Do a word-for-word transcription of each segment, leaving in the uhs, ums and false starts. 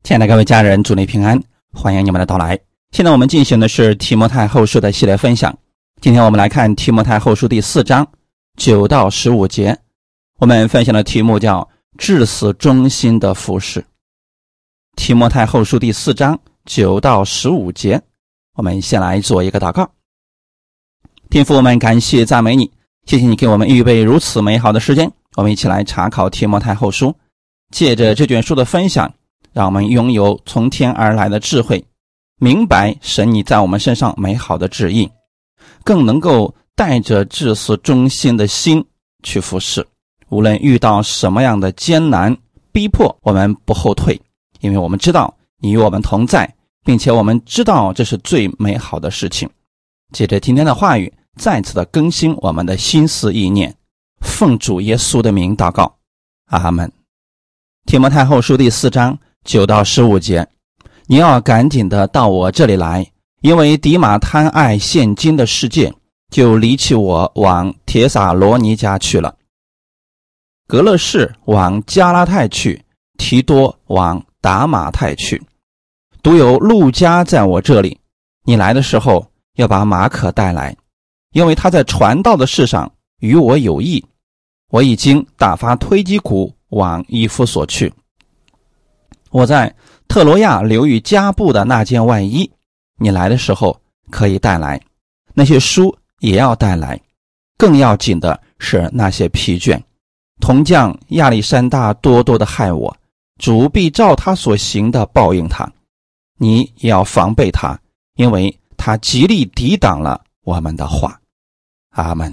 亲爱的各位家人，祝你平安，欢迎你们的到来。现在我们进行的是提摩太后书的系列分享，今天我们来看提摩太后书第四章九到十五节，我们分享的题目叫至死忠心的服事。提摩太后书第四章九到十五节，我们先来做一个祷告。天父，我们感谢赞美你，谢谢你给我们预备如此美好的时间，我们一起来查考提摩太后书，借着这卷书的分享，让我们拥有从天而来的智慧，明白神你在我们身上美好的旨意，更能够带着至死忠心的心去服侍。无论遇到什么样的艰难逼迫，我们不后退，因为我们知道你与我们同在，并且我们知道这是最美好的事情。借着今天的话语，再次的更新我们的心思意念，奉主耶稣的名祷告，阿们。提摩太后书第四章九到十五节，你要赶紧的到我这里来，因为迪马贪爱现今的世界，就离弃我往帖撒罗尼迦去了。格勒士往加拉太去，提多往达马太去，独有路加在我这里。你来的时候要把马可带来，因为他在传道的事上与我有益。我已经打发推基古往以弗所去。我在特罗亚留与加布的那件外衣，你来的时候可以带来，那些书也要带来，更要紧的是那些皮卷。铜匠亚历山大多多的害我，主必照他所行的报应他。你也要防备他，因为他极力抵挡了我们的话。阿们。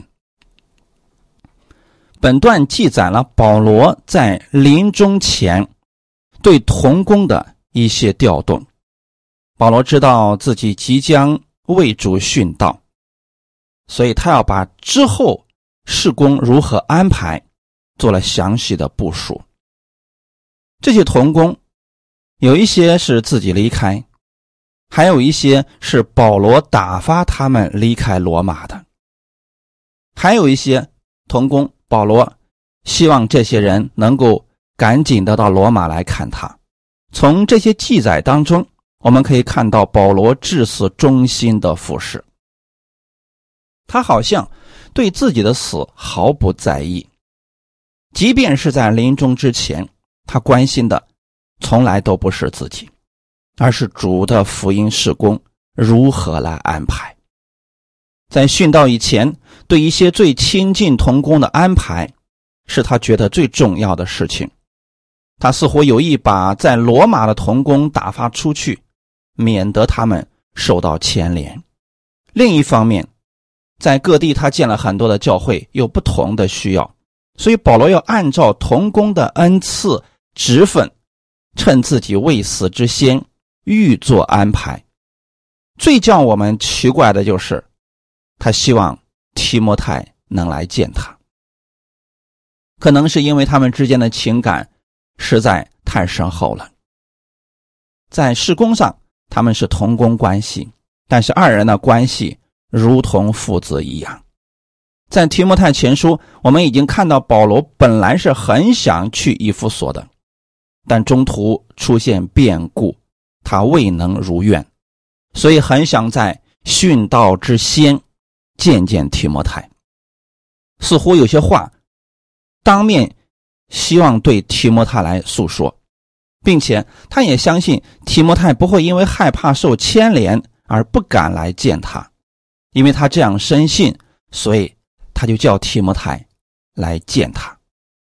本段记载了保罗在临终前对同工的一些调动。保罗知道自己即将为主殉道，所以他要把之后事工如何安排做了详细的部署。这些同工有一些是自己离开，还有一些是保罗打发他们离开罗马的，还有一些同工保罗希望这些人能够赶紧的到罗马来看他。从这些记载当中，我们可以看到保罗至死忠心的服事。他好像对自己的死毫不在意，即便是在临终之前，他关心的从来都不是自己，而是主的福音事工如何来安排。在殉道以前，对一些最亲近同工的安排是他觉得最重要的事情。他似乎有意把在罗马的同工打发出去，免得他们受到牵连。另一方面，在各地他建了很多的教会，有不同的需要，所以保罗要按照同工的恩赐职分，趁自己未死之先预做安排。最叫我们奇怪的就是他希望提摩太能来见他，可能是因为他们之间的情感实在太深厚了。在事工上他们是同工关系，但是二人的关系如同父子一样。在提摩太前书，我们已经看到保罗本来是很想去以弗所的，但中途出现变故，他未能如愿，所以很想在殉道之先见见提摩太。似乎有些话当面希望对提摩太来诉说，并且他也相信提摩太不会因为害怕受牵连而不敢来见他，因为他这样深信，所以他就叫提摩太来见他。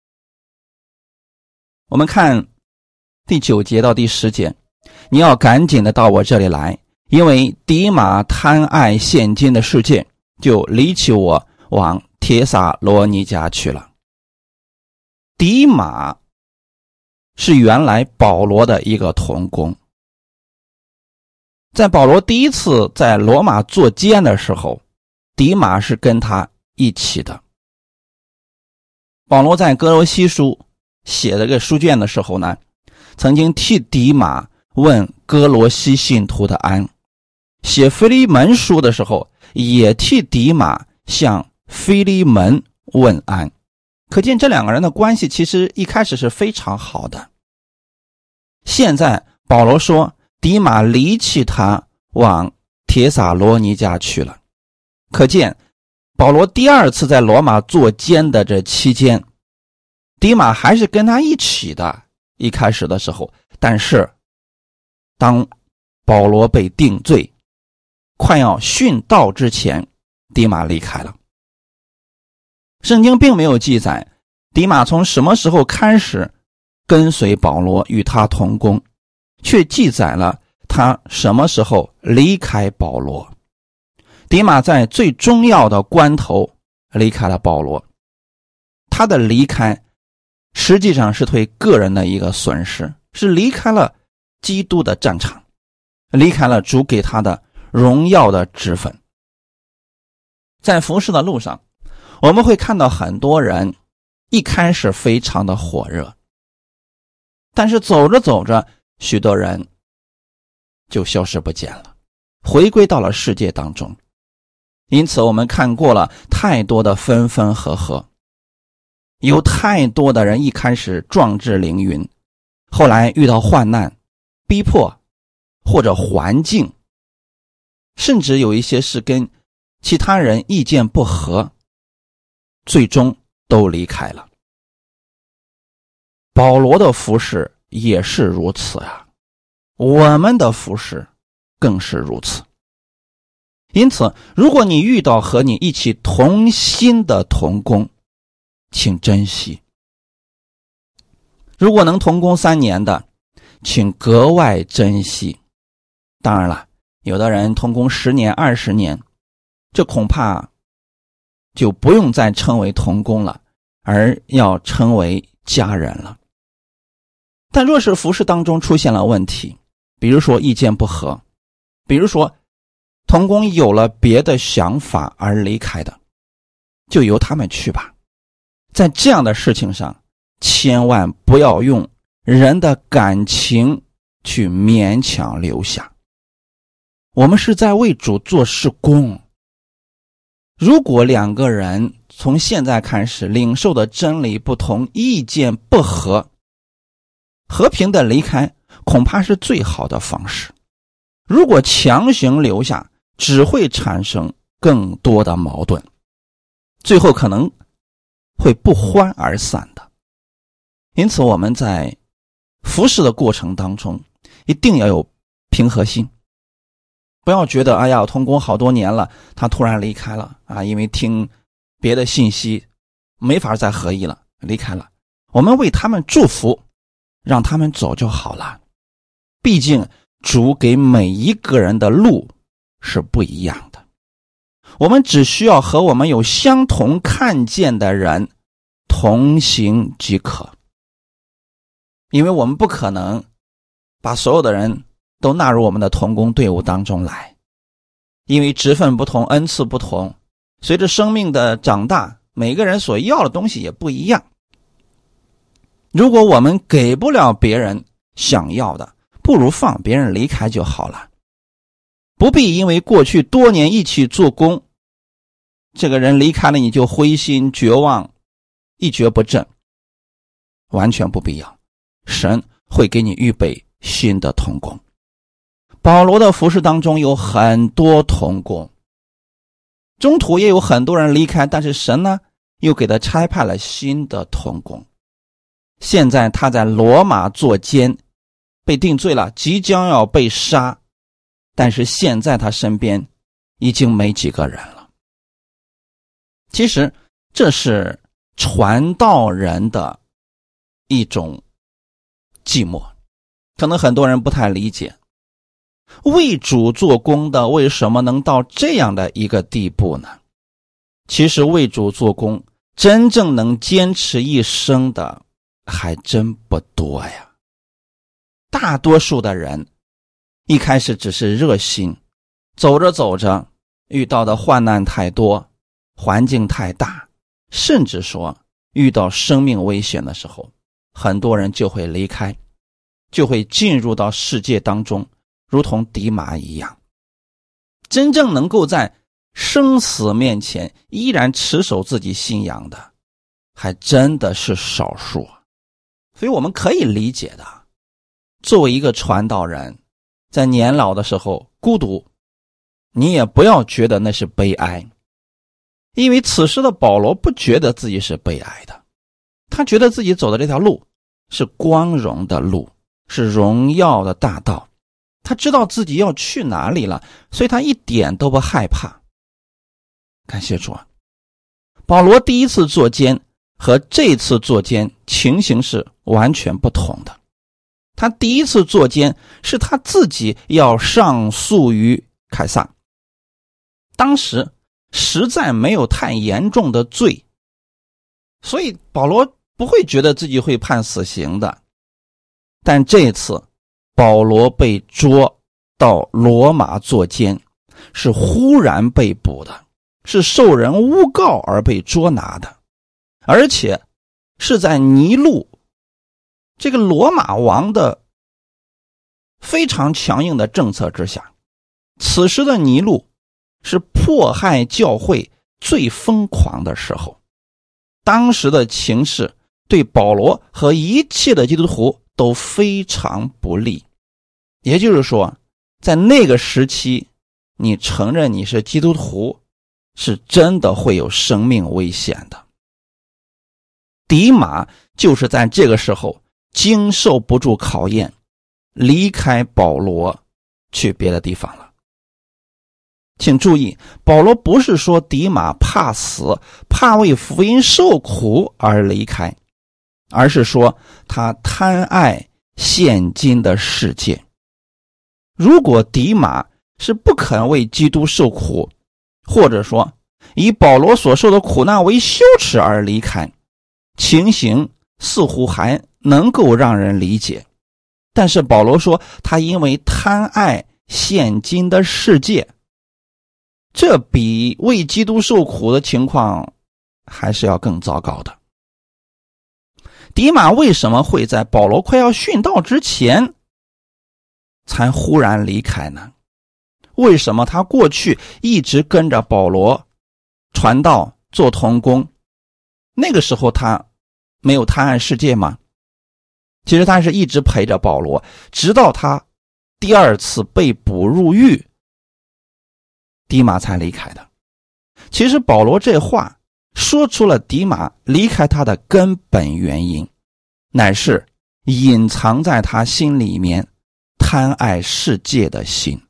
我们看第九节到第十节，你要赶紧的到我这里来，因为迪马贪爱现今的世界，就离弃我往帖撒罗尼迦去了。迪马是原来保罗的一个同工，在保罗第一次在罗马做监的时候，迪马是跟他一起的。保罗在哥罗西书写这个书卷的时候呢，曾经替迪马问哥罗西信徒的安，写腓利门书的时候也替迪马向腓利门问安。可见这两个人的关系其实一开始是非常好的。现在保罗说迪马离弃他往帖撒罗尼迦去了。可见保罗第二次在罗马做监的这期间，迪马还是跟他一起的，一开始的时候，但是当保罗被定罪快要殉道之前，迪马离开了。圣经并没有记载迪马从什么时候开始跟随保罗与他同工，却记载了他什么时候离开保罗。迪马在最重要的关头离开了保罗，他的离开实际上是对个人的一个损失，是离开了基督的战场，离开了主给他的荣耀的职分。在服事的路上，我们会看到很多人一开始非常的火热，但是走着走着，许多人就消失不见了，回归到了世界当中。因此我们看过了太多的分分合合，有太多的人一开始壮志凌云，后来遇到患难、逼迫或者环境，甚至有一些是跟其他人意见不合，最终都离开了。保罗的服事也是如此啊，我们的服事更是如此。因此如果你遇到和你一起同心的同工，请珍惜。如果能同工三年的，请格外珍惜。当然了，有的人同工十年二十年，这恐怕就不用再称为同工了，而要称为家人了。但若是服事当中出现了问题，比如说意见不合，比如说同工有了别的想法而离开的，就由他们去吧。在这样的事情上，千万不要用人的感情去勉强留下。我们是在为主做事工。如果两个人从现在开始领受的真理不同，意见不合，和平的离开恐怕是最好的方式。如果强行留下，只会产生更多的矛盾，最后可能会不欢而散的。因此我们在服事的过程当中一定要有平和心，不要觉得哎呀，我同工好多年了，他突然离开了啊，因为听别的信息没法再合一了，离开了。我们为他们祝福，让他们走就好了。毕竟主给每一个人的路是不一样的，我们只需要和我们有相同看见的人同行即可。因为我们不可能把所有的人都纳入我们的同工队伍当中来，因为职分不同，恩赐不同，随着生命的长大，每个人所要的东西也不一样。如果我们给不了别人想要的，不如放别人离开就好了。不必因为过去多年一起做工，这个人离开了你就灰心绝望，一蹶不振，完全不必要。神会给你预备新的同工。保罗的服事当中有很多同工，中途也有很多人离开，但是神呢又给他差派了新的同工。现在他在罗马做监，被定罪了，即将要被杀，但是现在他身边已经没几个人了。其实这是传道人的一种寂寞，可能很多人不太理解，为主做工的为什么能到这样的一个地步呢？其实为主做工真正能坚持一生的还真不多呀。大多数的人一开始只是热心，走着走着遇到的患难太多，环境太大，甚至说遇到生命危险的时候，很多人就会离开，就会进入到世界当中，如同迪马一样。真正能够在生死面前依然持守自己信仰的还真的是少数。所以我们可以理解的， 作为一个传道人，在年老的时候孤独，你也不要觉得那是悲哀，因为此时的保罗不觉得自己是悲哀的，他觉得自己走的这条路是光荣的路，是荣耀的大道，他知道自己要去哪里了，所以他一点都不害怕。感谢主啊！保罗第一次作监和这次作监情形是完全不同的。他第一次作监是他自己要上诉于凯撒，当时实在没有太严重的罪，所以保罗不会觉得自己会判死刑的。但这次保罗被捉到罗马作监，是忽然被捕的，是受人诬告而被捉拿的，而且是在尼禄这个罗马王的非常强硬的政策之下。此时的尼禄是迫害教会最疯狂的时候，当时的情势对保罗和一切的基督徒都非常不利。也就是说，在那个时期，你承认你是基督徒，是真的会有生命危险的。迪马就是在这个时候经受不住考验，离开保罗去别的地方了。请注意，保罗不是说迪马怕死，怕为福音受苦而离开，而是说他贪爱现今的世界。如果迪马是不肯为基督受苦，或者说以保罗所受的苦难为羞耻而离开，情形似乎还能够让人理解。但是保罗说他因为贪爱现今的世界，这比为基督受苦的情况还是要更糟糕的。迪马为什么会在保罗快要殉道之前才忽然离开呢？为什么他过去一直跟着保罗传道做同工？那个时候他没有贪爱世界吗？其实他是一直陪着保罗，直到他第二次被捕入狱，迪马才离开的。其实保罗这话说出了迪马离开他的根本原因，乃是隐藏在他心里面贪爱世界的心。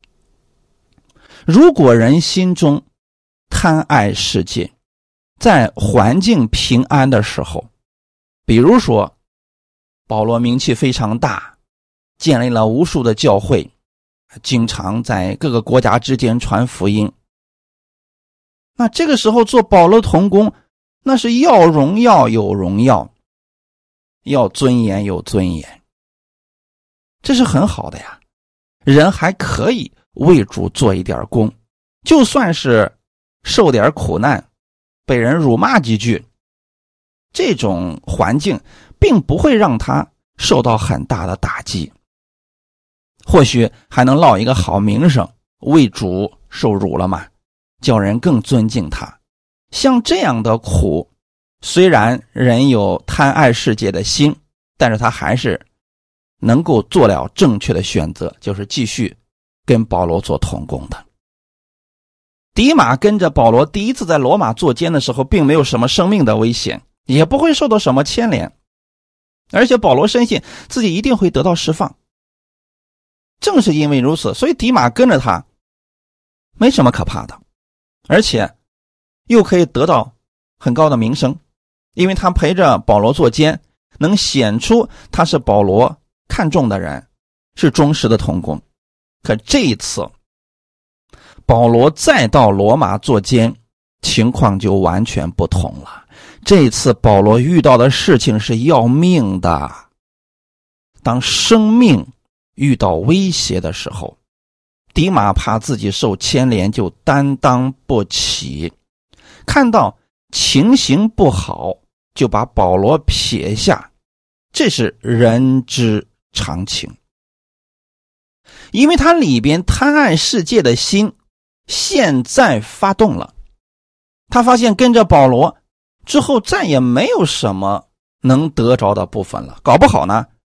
如果人心中贪爱世界，在环境平安的时候，比如说保罗名气非常大，建立了无数的教会，经常在各个国家之间传福音，那这个时候做保罗同工，那是要荣耀有荣耀，要尊严有尊严，这是很好的呀。人还可以为主做一点工，就算是受点苦难，被人辱骂几句，这种环境并不会让他受到很大的打击，或许还能落一个好名声，为主受辱了嘛，叫人更尊敬他。像这样的苦，虽然人有贪爱世界的心，但是他还是能够做了正确的选择，就是继续跟保罗做同工的。迪马跟着保罗第一次在罗马作监的时候，并没有什么生命的危险，也不会受到什么牵连，而且保罗深信自己一定会得到释放。正是因为如此，所以迪马跟着他没什么可怕的，而且又可以得到很高的名声，因为他陪着保罗作监，能显出他是保罗看重的人，是忠实的同工。可这一次保罗再到罗马作监，情况就完全不同了。这一次保罗遇到的事情是要命的，当生命遇到威胁的时候，迪马怕自己受牵连，就担当不起，看到情形不好就把保罗撇下，这是人之常情。因为他里边贪爱世界的心现在发动了，他发现跟着保罗之后再也没有什么能得着的部分了，搞不好呢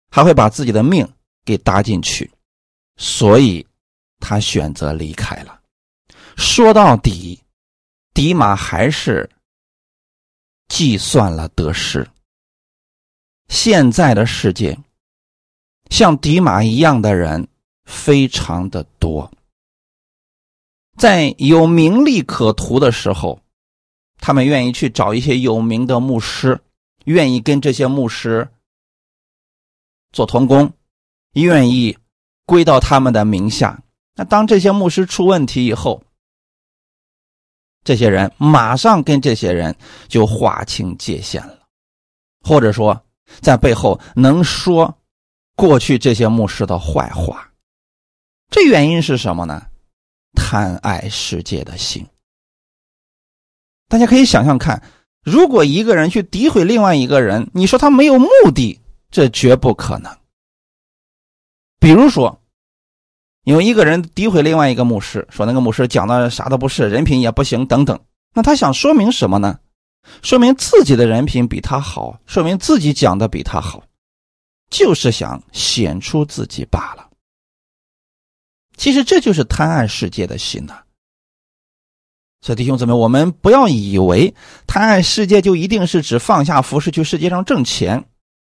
还会把自己的命给搭进去，所以他选择离开了。说到底，迪马还是计算了得失。现在的世界像迪马一样的人非常的多，在有名利可图的时候，他们愿意去找一些有名的牧师，愿意跟这些牧师做同工，愿意归到他们的名下。那当这些牧师出问题以后，这些人马上跟这些人就划清界限了，或者说在背后能说过去这些牧师的坏话。这原因是什么呢？贪爱世界的心。大家可以想象看，如果一个人去诋毁另外一个人，你说他没有目的，这绝不可能。比如说有一个人诋毁另外一个牧师，说那个牧师讲的啥都不是，人品也不行等等，那他想说明什么呢？说明自己的人品比他好，说明自己讲的比他好，就是想显出自己罢了。其实这就是贪爱世界的心啊。所以弟兄姊妹，我们不要以为贪爱世界就一定是指放下服饰去世界上挣钱。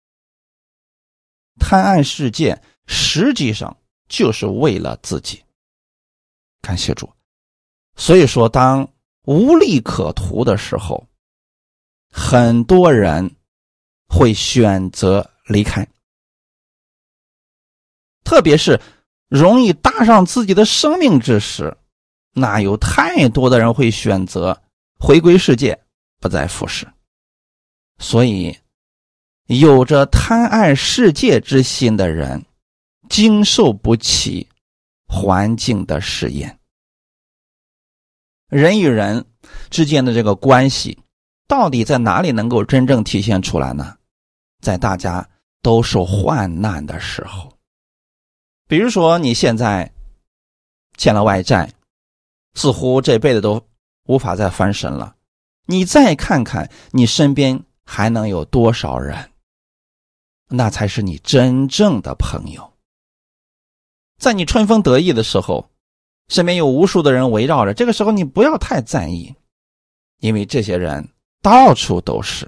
贪爱世界实际上就是为了自己。感谢主。所以说当无利可图的时候，很多人会选择离开，特别是容易搭上自己的生命之时，那有太多的人会选择回归世界，不再服侍。所以有着贪爱世界之心的人经受不起环境的试验。人与人之间的这个关系到底在哪里能够真正体现出来呢？在大家都受患难的时候。比如说你现在欠了外债，似乎这辈子都无法再翻身了，你再看看你身边还能有多少人，那才是你真正的朋友。在你春风得意的时候，身边有无数的人围绕着，这个时候你不要太在意，因为这些人到处都是。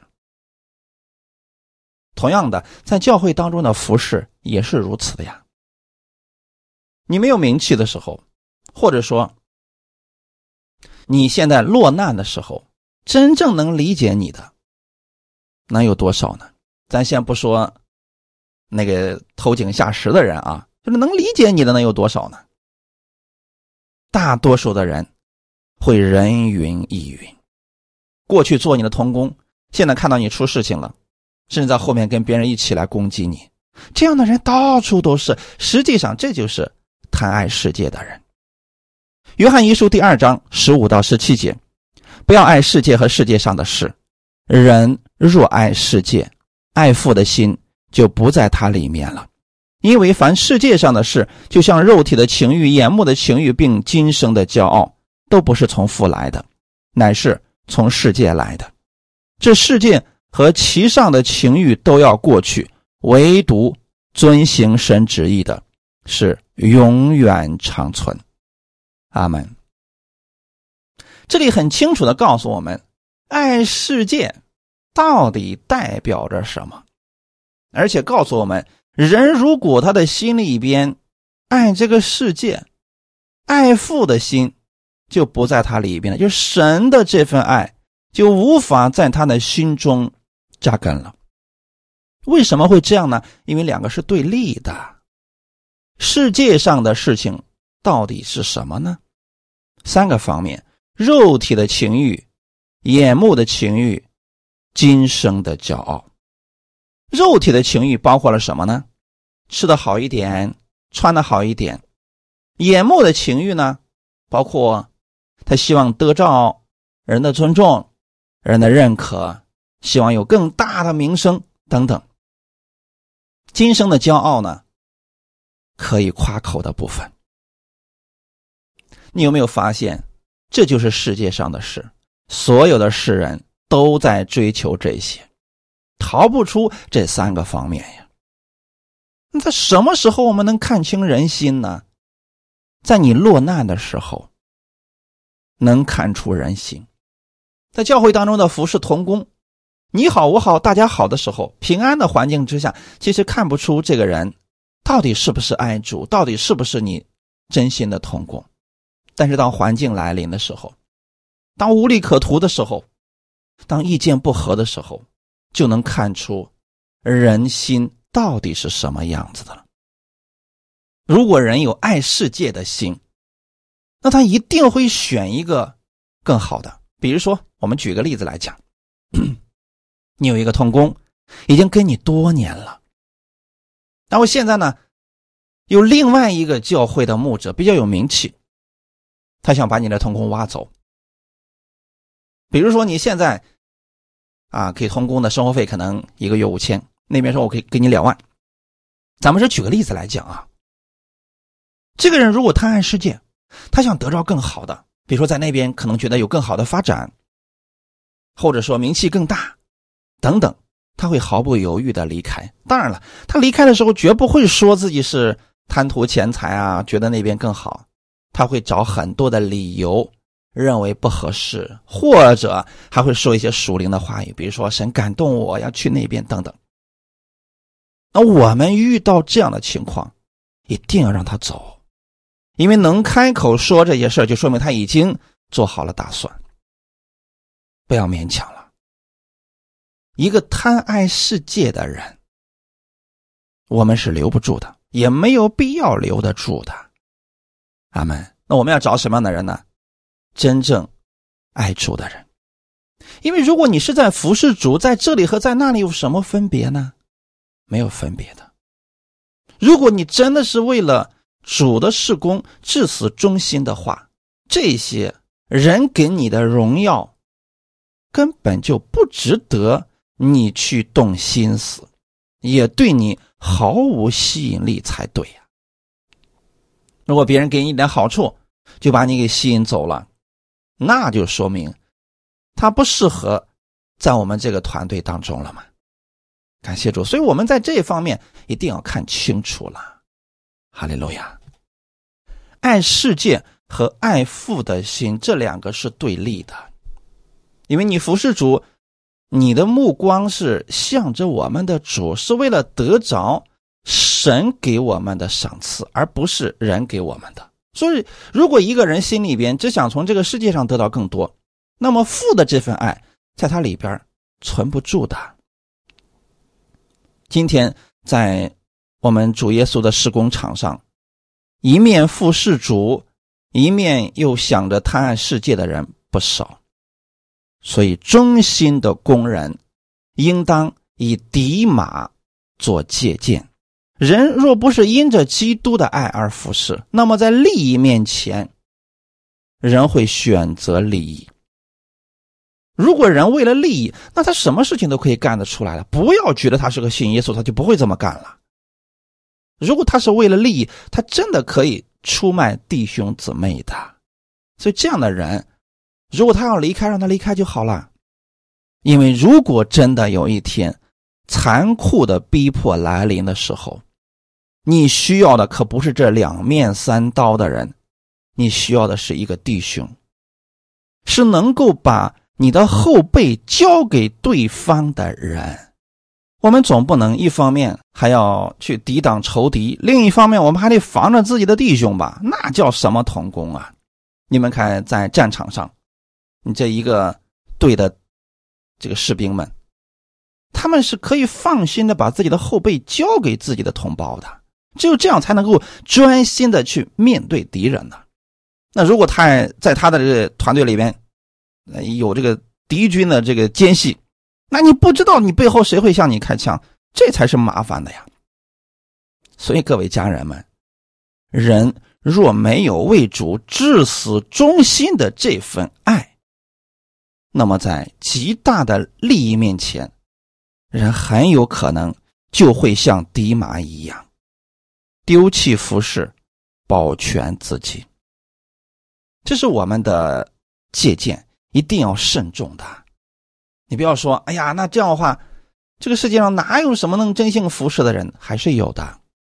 同样的，在教会当中的服事也是如此的呀。你没有名气的时候，或者说你现在落难的时候，真正能理解你的能有多少呢？咱先不说那个投井下石的人啊，就是能理解你的能有多少呢？大多数的人会人云亦云，过去做你的同工，现在看到你出事情了，甚至在后面跟别人一起来攻击你，这样的人到处都是。实际上这就是贪爱世界的人。约翰一书第二章十五到十七节，不要爱世界和世界上的事，人若爱世界，爱父的心就不在他里面了。因为凡世界上的事，就像肉体的情欲、眼目的情欲，并今生的骄傲，都不是从父来的，乃是从世界来的。这世界和其上的情欲都要过去，唯独遵行神旨意的是永远长存。阿们。这里很清楚地告诉我们，爱世界到底代表着什么，而且告诉我们，人如果他的心里边爱这个世界，爱父的心就不在他里边了，就神的这份爱就无法在他的心中扎根了。为什么会这样呢？因为两个是对立的。世界上的事情到底是什么呢？三个方面：肉体的情欲、眼目的情欲、今生的骄傲。肉体的情欲包括了什么呢？吃得好一点，穿得好一点。眼目的情欲呢，包括他希望得到人的尊重、人的认可，希望有更大的名声等等。今生的骄傲呢，可以夸口的部分。你有没有发现，这就是世界上的事，所有的世人都在追求这些，逃不出这三个方面呀。 那在什么时候我们能看清人心呢？在你落难的时候能看出人心。在教会当中的服侍同工，你好我好大家好的时候，平安的环境之下，其实看不出这个人到底是不是爱主，到底是不是你真心的同工。但是当环境来临的时候，当无利可图的时候，当意见不合的时候，就能看出人心到底是什么样子的了。如果人有爱世界的心，那他一定会选一个更好的。比如说我们举个例子来讲，你有一个同工已经跟你多年了，然后现在呢有另外一个教会的牧者比较有名气，他想把你的同工挖走。比如说你现在啊给同工的生活费可能一个月五千，那边说我可以给你两万。咱们是举个例子来讲啊，这个人如果贪爱世界，他想得到更好的，比如说在那边可能觉得有更好的发展，或者说名气更大等等，他会毫不犹豫的离开。当然了，他离开的时候绝不会说自己是贪图钱财啊，觉得那边更好，他会找很多的理由认为不合适，或者还会说一些属灵的话语，比如说神感动我要去那边等等。那我们遇到这样的情况，一定要让他走，因为能开口说这些事儿，就说明他已经做好了打算。不要勉强了。一个贪爱世界的人，我们是留不住的，也没有必要留得住的。阿们。那我们要找什么样的人呢？真正爱主的人。因为如果你是在服侍主，在这里和在那里有什么分别呢？没有分别的。如果你真的是为了主的事工至死忠心的话，这些人给你的荣耀根本就不值得你去动心思，也对你毫无吸引力才对呀。如果别人给你一点好处就把你给吸引走了，那就说明他不适合在我们这个团队当中了嘛。感谢主，所以我们在这方面一定要看清楚了。哈利路亚。爱世界和爱父的心，这两个是对立的。因为你服侍主，你的目光是向着我们的主，是为了得着神给我们的赏赐，而不是人给我们的。所以如果一个人心里边只想从这个世界上得到更多，那么父的这份爱在他里边存不住的。今天在我们主耶稣的事工场上，一面服侍主，一面又想着贪爱世界的人不少。所以忠心的工人应当以底马做借鉴。人若不是因着基督的爱而服侍，那么在利益面前，人会选择利益。如果人为了利益，那他什么事情都可以干得出来了。不要觉得他是个信耶稣，他就不会这么干了。如果他是为了利益，他真的可以出卖弟兄姊妹的。所以这样的人，如果他要离开，让他离开就好了。因为如果真的有一天残酷的逼迫来临的时候，你需要的可不是这两面三刀的人，你需要的是一个弟兄，是能够把你的后背交给对方的人。我们总不能一方面还要去抵挡仇敌，另一方面我们还得防着自己的弟兄吧，那叫什么同工啊？你们看在战场上，你这一个队的这个士兵们，他们是可以放心的把自己的后背交给自己的同胞的，只有这样才能够专心的去面对敌人的。那如果他在他的这个团队里边有这个敌军的这个奸细，那你不知道你背后谁会向你开枪，这才是麻烦的呀。所以各位家人们，人若没有为主至死忠心的这份爱，那么在极大的利益面前，人很有可能就会像迪马一样丢弃服侍，保全自己。这是我们的借鉴，一定要慎重的。你不要说，哎呀，那这样的话，这个世界上哪有什么能真性服侍的人？还是有的。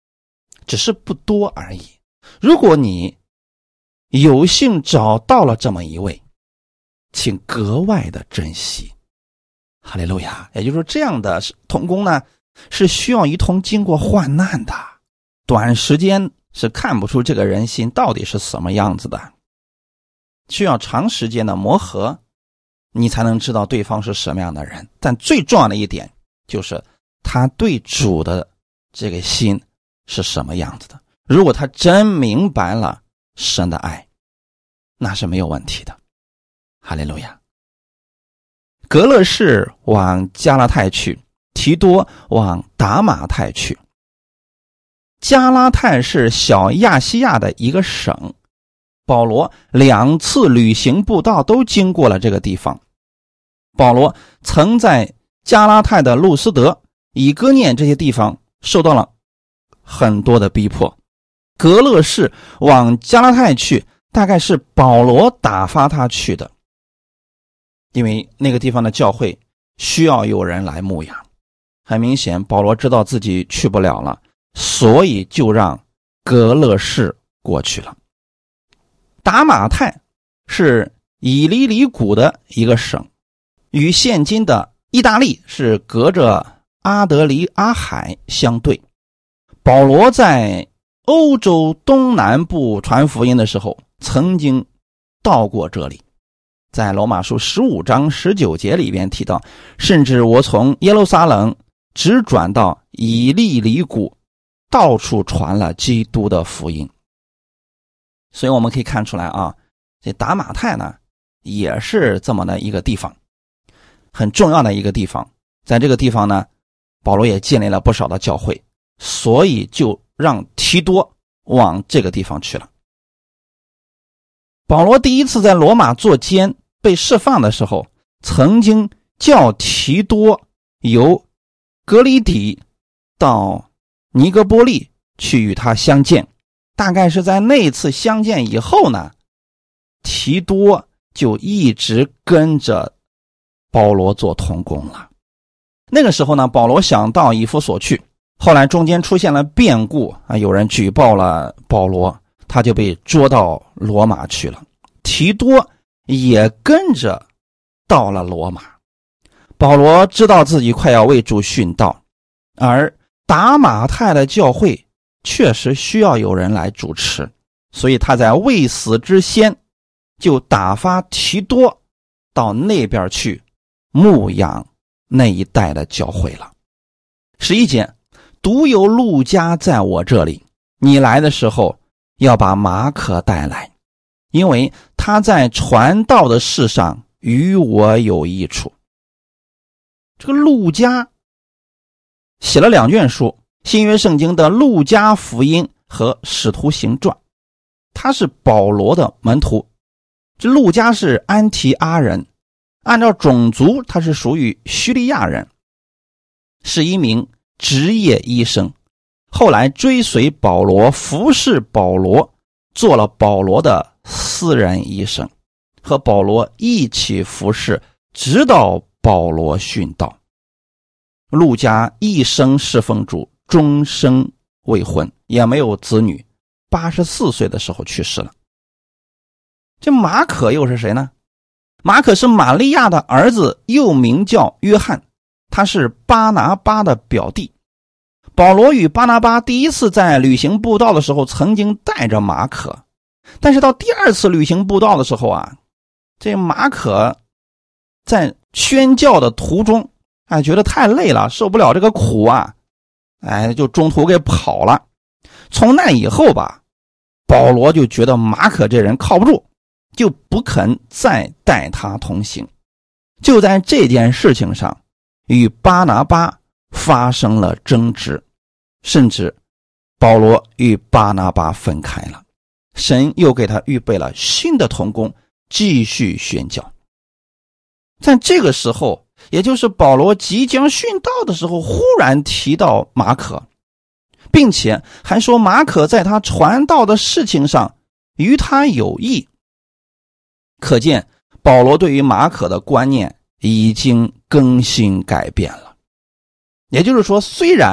只是不多而已。如果你有幸找到了这么一位，请格外的珍惜。哈利路亚！也就是说，这样的同工呢，是需要一同经过患难的，短时间是看不出这个人心到底是什么样子的，需要长时间的磨合，你才能知道对方是什么样的人。但最重要的一点就是他对主的这个心是什么样子的。如果他真明白了神的爱，那是没有问题的。哈利路亚！革勒士往加拉太去，提多往达马太去。加拉太是小亚细亚的一个省，保罗两次旅行布道都经过了这个地方。保罗曾在加拉太的路斯德、以哥念这些地方受到了很多的逼迫。革勒士往加拉太去，大概是保罗打发他去的，因为那个地方的教会需要有人来牧养。很明显，保罗知道自己去不了了，所以就让革勒士过去了。达马太是以利里谷的一个省，与现今的意大利是隔着阿德里阿海相对。保罗在欧洲东南部传福音的时候，曾经到过这里。在罗马书十五章十九节里边提到，甚至我从耶路撒冷直转到以利里谷，到处传了基督的福音。所以我们可以看出来啊，这达马太呢也是这么的一个地方，很重要的一个地方。在这个地方呢，保罗也建立了不少的教会，所以就让提多往这个地方去了。保罗第一次在罗马做监被释放的时候，曾经叫提多由格里底到尼哥波利去与他相见。大概是在那次相见以后呢，提多就一直跟着保罗做同工了。那个时候呢，保罗想到以弗所去，后来中间出现了变故啊，有人举报了保罗，他就被捉到罗马去了。提多也跟着到了罗马。保罗知道自己快要为主殉道，而达马太的教会确实需要有人来主持，所以他在未死之先就打发提多到那边去牧养那一带的教会了。十一节，独有路加在我这里，你来的时候要把马可带来，因为他在传道的事上与我有益处。这个路加写了两卷书，新约圣经的路加福音和使徒行传，他是保罗的门徒。这路加是安提阿人，按照种族他是属于叙利亚人，是一名职业医生，后来追随保罗，服侍保罗，做了保罗的私人医生，和保罗一起服侍，直到保罗殉道。路加一生侍奉主，终生未婚，也没有子女，八十四岁的时候去世了。这马可又是谁呢？马可是玛利亚的儿子，又名叫约翰，他是巴拿巴的表弟。保罗与巴拿巴第一次在旅行布道的时候曾经带着马可，但是到第二次旅行布道的时候啊，这马可在宣教的途中哎，觉得太累了，受不了这个苦啊，哎，就中途给跑了。从那以后吧，保罗就觉得马可这人靠不住，就不肯再带他同行。就在这件事情上，与巴拿巴发生了争执，甚至保罗与巴拿巴分开了。神又给他预备了新的同工，继续宣教。在这个时候，也就是保罗即将殉道的时候，忽然提到马可，并且还说马可在他传道的事情上与他有益。可见保罗对于马可的观念已经更新改变了。也就是说，虽然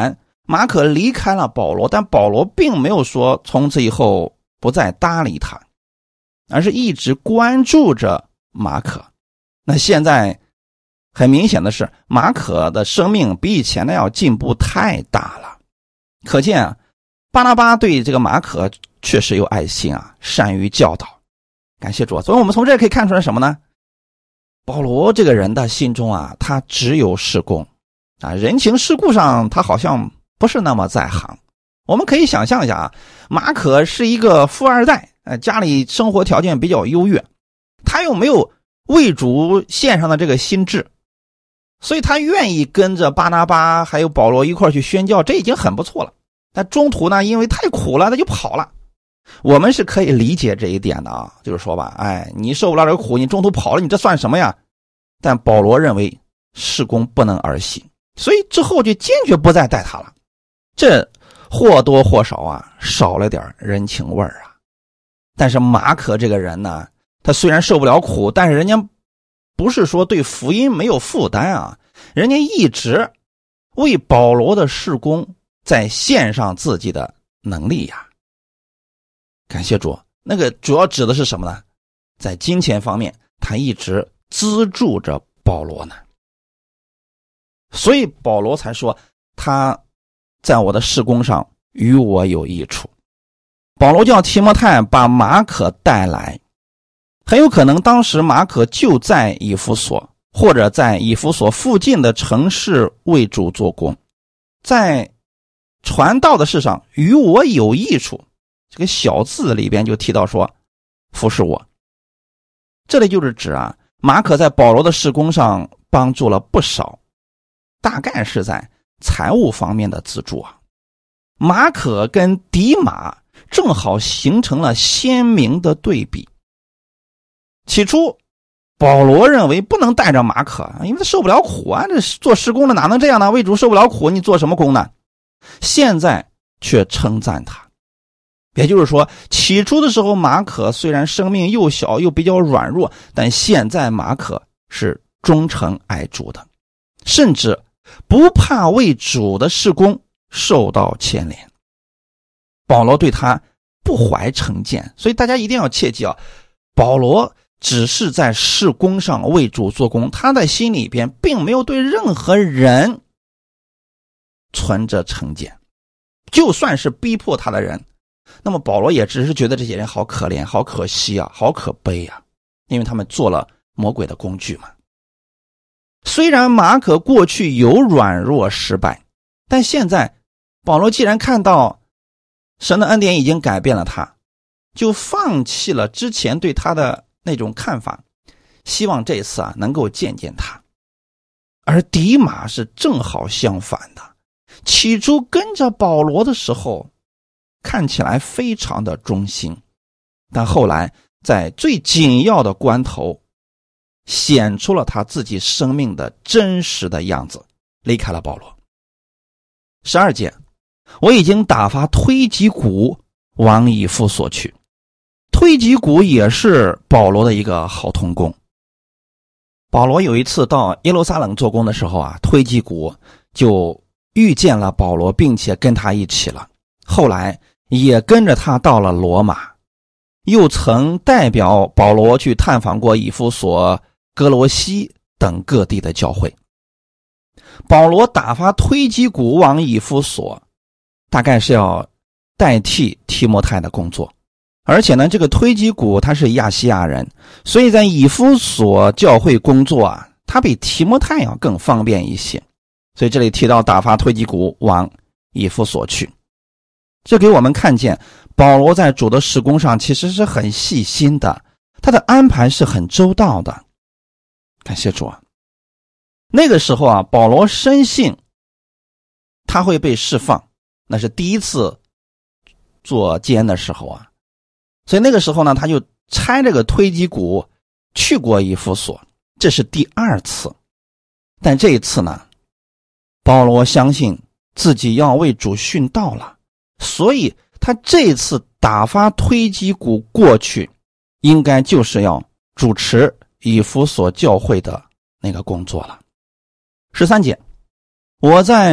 马可离开了保罗，但保罗并没有说从此以后不再搭理他，而是一直关注着马可。那现在很明显的是，马可的生命比以前的要进步太大了。可见啊，巴拿巴对这个马可确实有爱心啊，善于教导。感谢主。所以我们从这可以看出来什么呢？保罗这个人的心中啊，他只有事工啊，人情世故上他好像不是那么在行。我们可以想象一下啊，马可是一个富二代，呃，家里生活条件比较优越，他又没有为主献上的这个心志，所以他愿意跟着巴拿巴还有保罗一块去宣教，这已经很不错了。但中途呢，因为太苦了，他就跑了。我们是可以理解这一点的啊，就是说吧，哎，你受不了这个苦，你中途跑了，你这算什么呀？但保罗认为事工不能儿戏，所以之后就坚决不再带他了。这或多或少啊，少了点人情味儿啊。但是马可这个人呢，他虽然受不了苦，但是人家不是说对福音没有负担啊，人家一直为保罗的事工在献上自己的能力呀。感谢主。那个主要指的是什么呢？在金钱方面，他一直资助着保罗呢。所以保罗才说他在我的事工上与我有益处。保罗叫提摩太把马可带来，很有可能当时马可就在以弗所，或者在以弗所附近的城市为主做工，在传道的事上与我有益处。这个小字里边就提到说服侍我，这里就是指啊，马可在保罗的事工上帮助了不少，大概是在财务方面的资助啊。马可跟迪马正好形成了鲜明的对比。起初保罗认为不能带着马可，因为他受不了苦啊，这做事工的哪能这样呢？为主受不了苦，你做什么工呢？现在却称赞他。也就是说，起初的时候马可虽然生命又小又比较软弱，但现在马可是忠诚爱主的，甚至不怕为主的事工受到牵连。保罗对他不怀成见，所以大家一定要切记啊，保罗只是在事工上为主做工，他在心里边并没有对任何人存着成见。就算是逼迫他的人，那么保罗也只是觉得这些人好可怜，好可惜啊，好可悲啊，因为他们做了魔鬼的工具嘛。虽然马可过去有软弱失败，但现在保罗既然看到神的恩典已经改变了他，就放弃了之前对他的那种看法，希望这次啊能够见见他。而迪马是正好相反的，起初跟着保罗的时候看起来非常的忠心，但后来在最紧要的关头显出了他自己生命的真实的样子，离开了保罗。十二节，我已经打发推己古往以弗所去。推己古也是保罗的一个好同工。保罗有一次到耶路撒冷做工的时候啊，推己古就遇见了保罗，并且跟他一起了，后来也跟着他到了罗马，又曾代表保罗去探访过以弗所、哥罗西等各地的教会。保罗打发推己古往以弗所，大概是要代替提摩太的工作，而且呢，这个推己古他是亚细亚人，所以在以弗所教会工作啊，他比提摩太要更方便一些。所以这里提到打发推己古往以弗所去，这给我们看见保罗在主的事工上其实是很细心的，他的安排是很周到的。感谢主啊！那个时候啊，保罗深信他会被释放，那是第一次做监的时候啊，所以那个时候呢，他就差这个推己古去过以弗所，这是第二次。但这一次呢，保罗相信自己要为主殉道了，所以他这次打发推己古过去，应该就是要主持以弗所教会的那个工作了。十三节，我在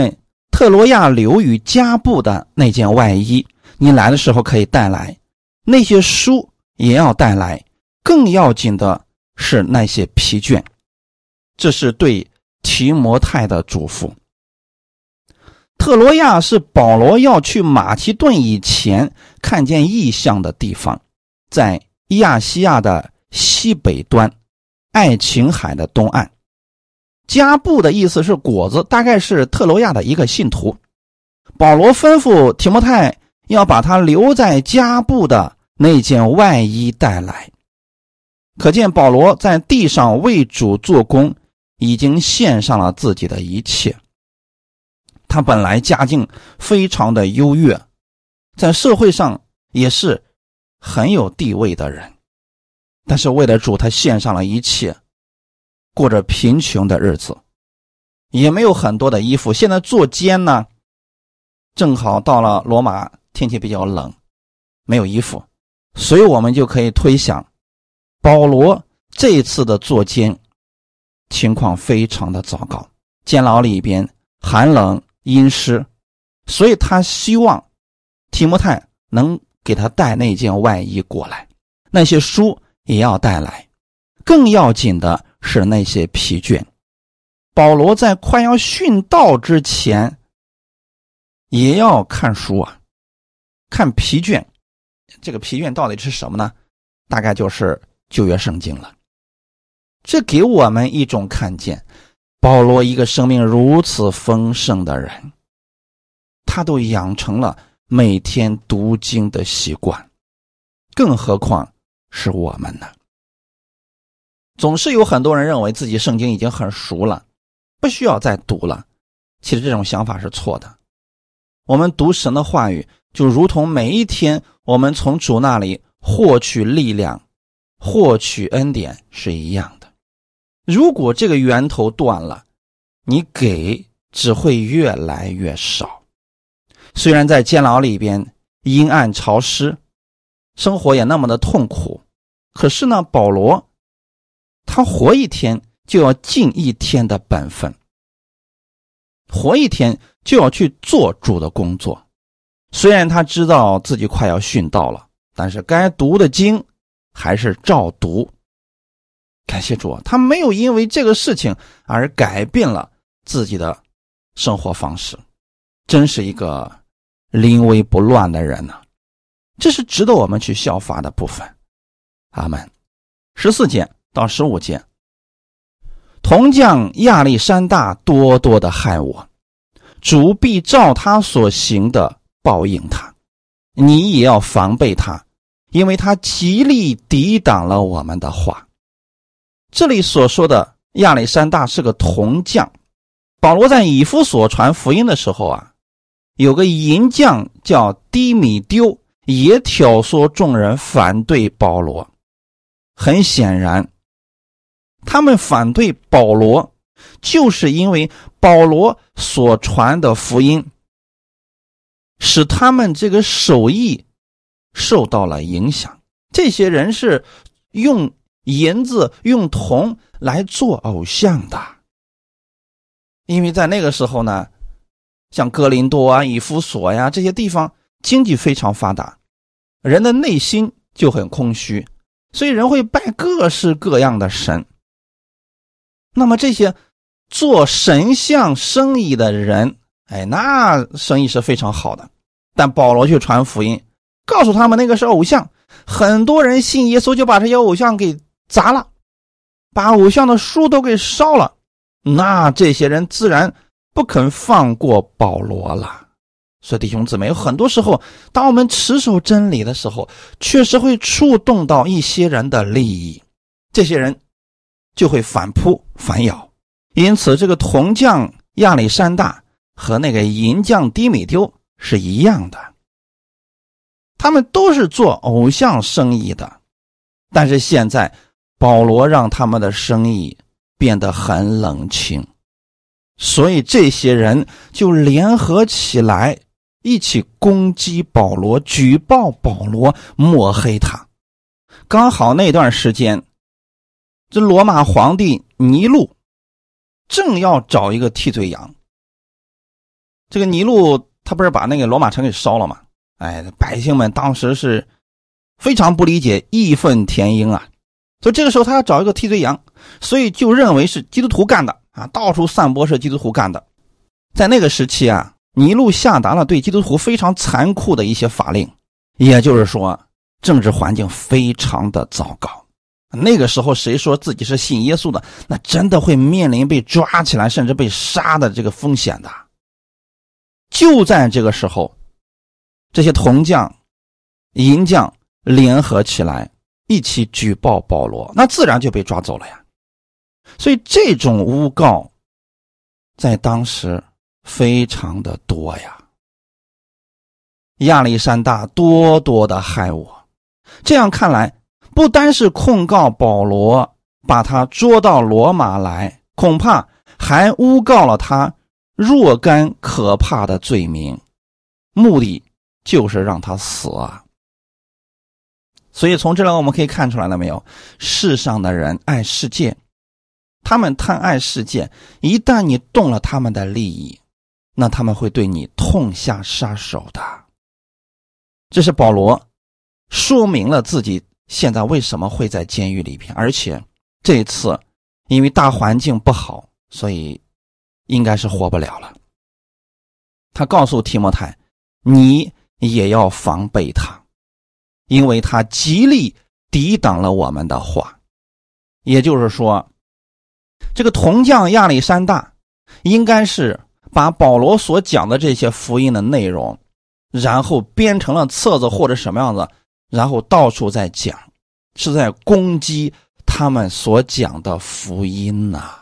特罗亚留与加布的那件外衣，你来的时候可以带来，那些书也要带来，更要紧的是那些皮卷。这是对提摩太的嘱咐。特罗亚是保罗要去马其顿以前看见异象的地方，在亚细亚的西北端，爱琴海的东岸。加布的意思是果子，大概是特罗亚的一个信徒。保罗吩咐提摩太要把他留在加布的那件外衣带来，可见保罗在地上为主做工，已经献上了自己的一切。他本来家境非常的优越，在社会上也是很有地位的人，但是为了主，他献上了一切，过着贫穷的日子，也没有很多的衣服。现在做监呢，正好到了罗马，天气比较冷，没有衣服，所以我们就可以推想，保罗这一次的做监情况非常的糟糕，监牢里边寒冷阴湿，所以他希望提摩太能给他带那件外衣过来，那些书也要带来，更要紧的是那些皮卷。保罗在快要殉道之前也要看书啊，看皮卷。这个皮卷到底是什么呢？大概就是旧约圣经了。这给我们一种看见，保罗一个生命如此丰盛的人，他都养成了每天读经的习惯，更何况是我们呢？总是有很多人认为自己圣经已经很熟了，不需要再读了。其实这种想法是错的。我们读神的话语，就如同每一天我们从主那里获取力量、获取恩典是一样的。如果这个源头断了，你给只会越来越少。虽然在监牢里边阴暗潮湿，生活也那么的痛苦，可是呢，保罗他活一天就要尽一天的本分，活一天就要去做主的工作。虽然他知道自己快要殉道了，但是该读的经还是照读。感谢主，他没有因为这个事情而改变了自己的生活方式，真是一个临危不乱的人呢、啊。这是值得我们去效法的部分。阿们。十四节到十五节，铜匠亚历山大多多的害我，主必照他所行的报应他，你也要防备他，因为他极力抵挡了我们的话。这里所说的亚历山大是个铜匠。保罗在以弗所传福音的时候啊，有个银匠叫低米丢，也挑唆众人反对保罗。很显然，他们反对保罗，就是因为保罗所传的福音使他们这个手艺受到了影响。这些人是用银子用铜来做偶像的，因为在那个时候呢，像哥林多啊、以弗所呀这些地方经济非常发达，人的内心就很空虚，所以人会拜各式各样的神。那么这些做神像生意的人，哎，那生意是非常好的。但保罗去传福音，告诉他们那个是偶像，很多人信耶稣就把这些偶像给砸了，把偶像的书都给烧了，那这些人自然不肯放过保罗了。所以弟兄姊妹，有很多时候当我们持守真理的时候，确实会触动到一些人的利益，这些人就会反扑反咬。因此这个铜匠亚历山大和那个银匠低米丢是一样的，他们都是做偶像生意的。但是现在保罗让他们的生意变得很冷清，所以这些人就联合起来一起攻击保罗，举报保罗，抹黑他。刚好那段时间，这罗马皇帝尼禄正要找一个替罪羊， 这个尼禄他不是把那个罗马城给烧了吗？哎，百姓们当时是非常不理解，义愤填膺啊。所以这个时候他要找一个替罪羊，所以就认为是基督徒干的啊，到处散播是基督徒干的。在那个时期啊，尼禄下达了对基督徒非常残酷的一些法令，也就是说政治环境非常的糟糕。那个时候谁说自己是信耶稣的，那真的会面临被抓起来甚至被杀的这个风险的。就在这个时候，这些铜匠银匠联合起来一起举报保罗，那自然就被抓走了呀。所以这种诬告在当时非常的多呀。亚历山大多多的害我，这样看来不单是控告保罗把他捉到罗马来，恐怕还诬告了他若干可怕的罪名，目的就是让他死啊。所以从这里我们可以看出来了没有，世上的人爱世界，他们贪爱世界，一旦你动了他们的利益，那他们会对你痛下杀手的。这是保罗说明了自己现在为什么会在监狱里边，而且这一次因为大环境不好，所以应该是活不了了。他告诉提摩太，你也要防备他，因为他极力抵挡了我们的话。也就是说，这个铜匠亚历山大应该是把保罗所讲的这些福音的内容，然后编成了册子或者什么样子，然后到处在讲，是在攻击他们所讲的福音呐。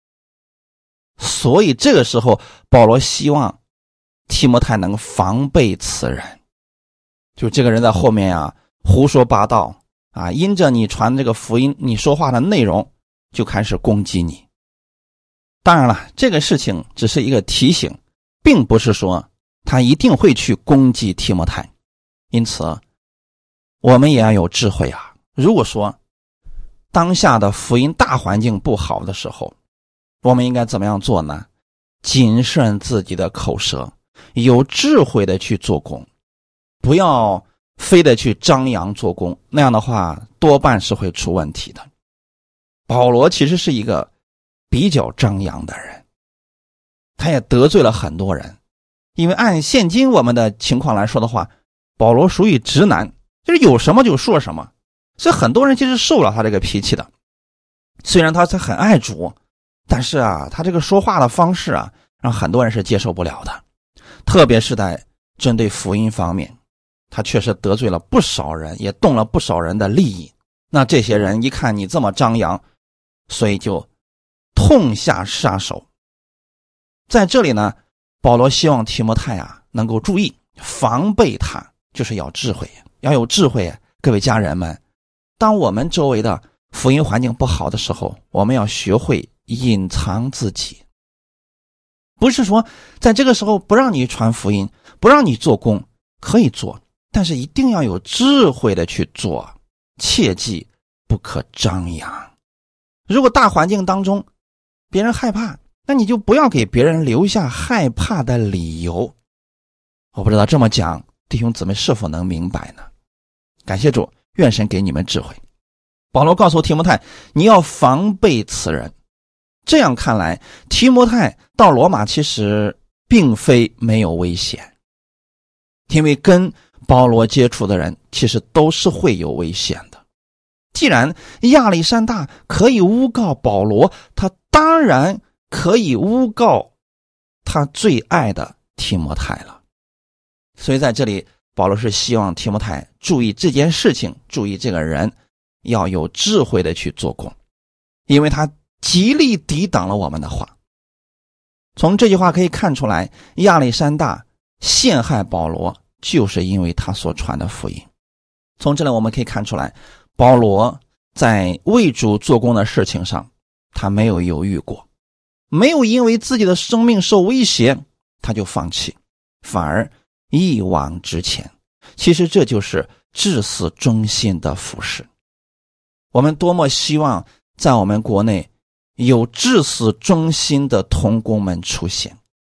所以这个时候保罗希望提摩太能防备此人，就这个人在后面啊胡说八道啊，因着你传这个福音，你说话的内容就开始攻击你。当然了，这个事情只是一个提醒，并不是说他一定会去攻击提摩太。因此我们也要有智慧啊。如果说当下的福音大环境不好的时候，我们应该怎么样做呢？谨慎自己的口舌，有智慧的去做工，不要非得去张扬做工，那样的话多半是会出问题的。保罗其实是一个比较张扬的人，他也得罪了很多人，因为按现今我们的情况来说的话，保罗属于直男，就是有什么就说什么，所以很多人其实受了他这个脾气的。虽然他他很爱主，但是啊，他这个说话的方式啊，让很多人是接受不了的。特别是在针对福音方面，他确实得罪了不少人，也动了不少人的利益。那这些人一看你这么张扬，所以就痛下杀手。在这里呢，保罗希望提摩太啊能够注意防备他，就是要智慧，要有智慧。各位家人们，当我们周围的福音环境不好的时候，我们要学会隐藏自己。不是说在这个时候不让你传福音，不让你做工，可以做，但是一定要有智慧的去做，切记不可张扬。如果大环境当中别人害怕，那你就不要给别人留下害怕的理由。我不知道这么讲弟兄姊妹是否能明白呢？感谢主，愿神给你们智慧。保罗告诉提摩太，你要防备此人。这样看来，提摩太到罗马其实并非没有危险，因为跟保罗接触的人其实都是会有危险的。既然亚历山大可以诬告保罗，他当然可以诬告他最爱的提摩太了。所以在这里保罗是希望提摩太注意这件事情，注意这个人，要有智慧的去做工，因为他极力抵挡了我们的话。从这句话可以看出来，亚历山大陷害保罗就是因为他所传的福音。从这里我们可以看出来，保罗在为主做工的事情上，他没有犹豫过，没有因为自己的生命受威胁他就放弃，反而一往直前。其实这就是至死忠心的服侍。我们多么希望在我们国内有至死忠心的同工们出现，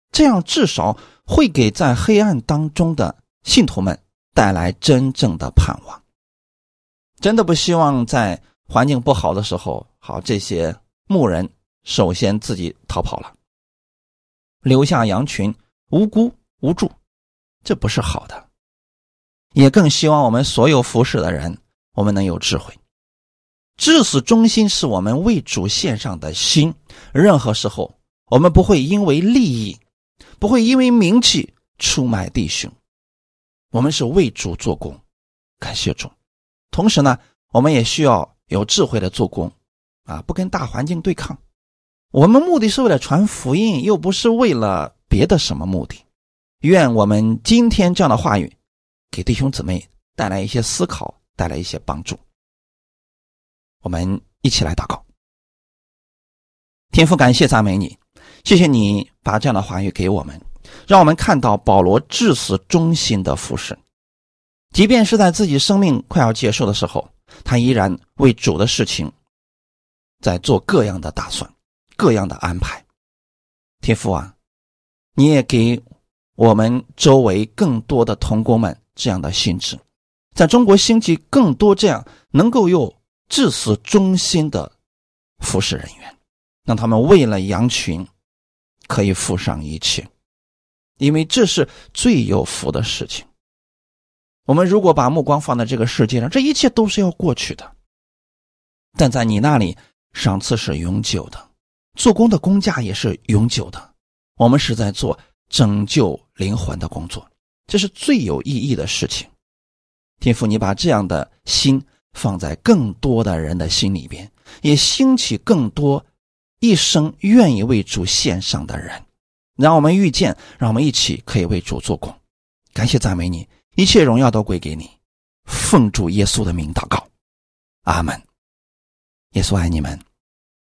这样至少会给在黑暗当中的信徒们带来真正的盼望。真的不希望在环境不好的时候，好，这些牧人首先自己逃跑了，留下羊群无辜无助，这不是好的。也更希望我们所有服侍的人，我们能有智慧。至死忠心是我们为主献上的心，任何时候我们不会因为利益，不会因为名气出卖弟兄，我们是为主做工，感谢主。同时呢，我们也需要有智慧的做工啊，不跟大环境对抗。我们目的是为了传福音，又不是为了别的什么目的。愿我们今天这样的话语给弟兄姊妹带来一些思考，带来一些帮助。我们一起来祷告。天父，感谢赞美你，谢谢你把这样的话语给我们，让我们看到保罗至死忠心的服侍，即便是在自己生命快要结束的时候，他依然为主的事情在做各样的打算，各样的安排。天父啊，你也给我们周围更多的同工们这样的心志，在中国兴起更多这样能够有至死忠心的服侍人员，让他们为了羊群可以付上一切，因为这是最有福的事情。我们如果把目光放在这个世界上，这一切都是要过去的，但在你那里赏赐是永久的，做工的工价也是永久的。我们是在做拯救灵魂的工作，这是最有意义的事情。天父，你把这样的心放在更多的人的心里边，也兴起更多一生愿意为主献上的人，让我们遇见，让我们一起可以为主做工。感谢赞美你，一切荣耀都归给你，奉主耶稣的名祷告，阿们。耶稣爱你们。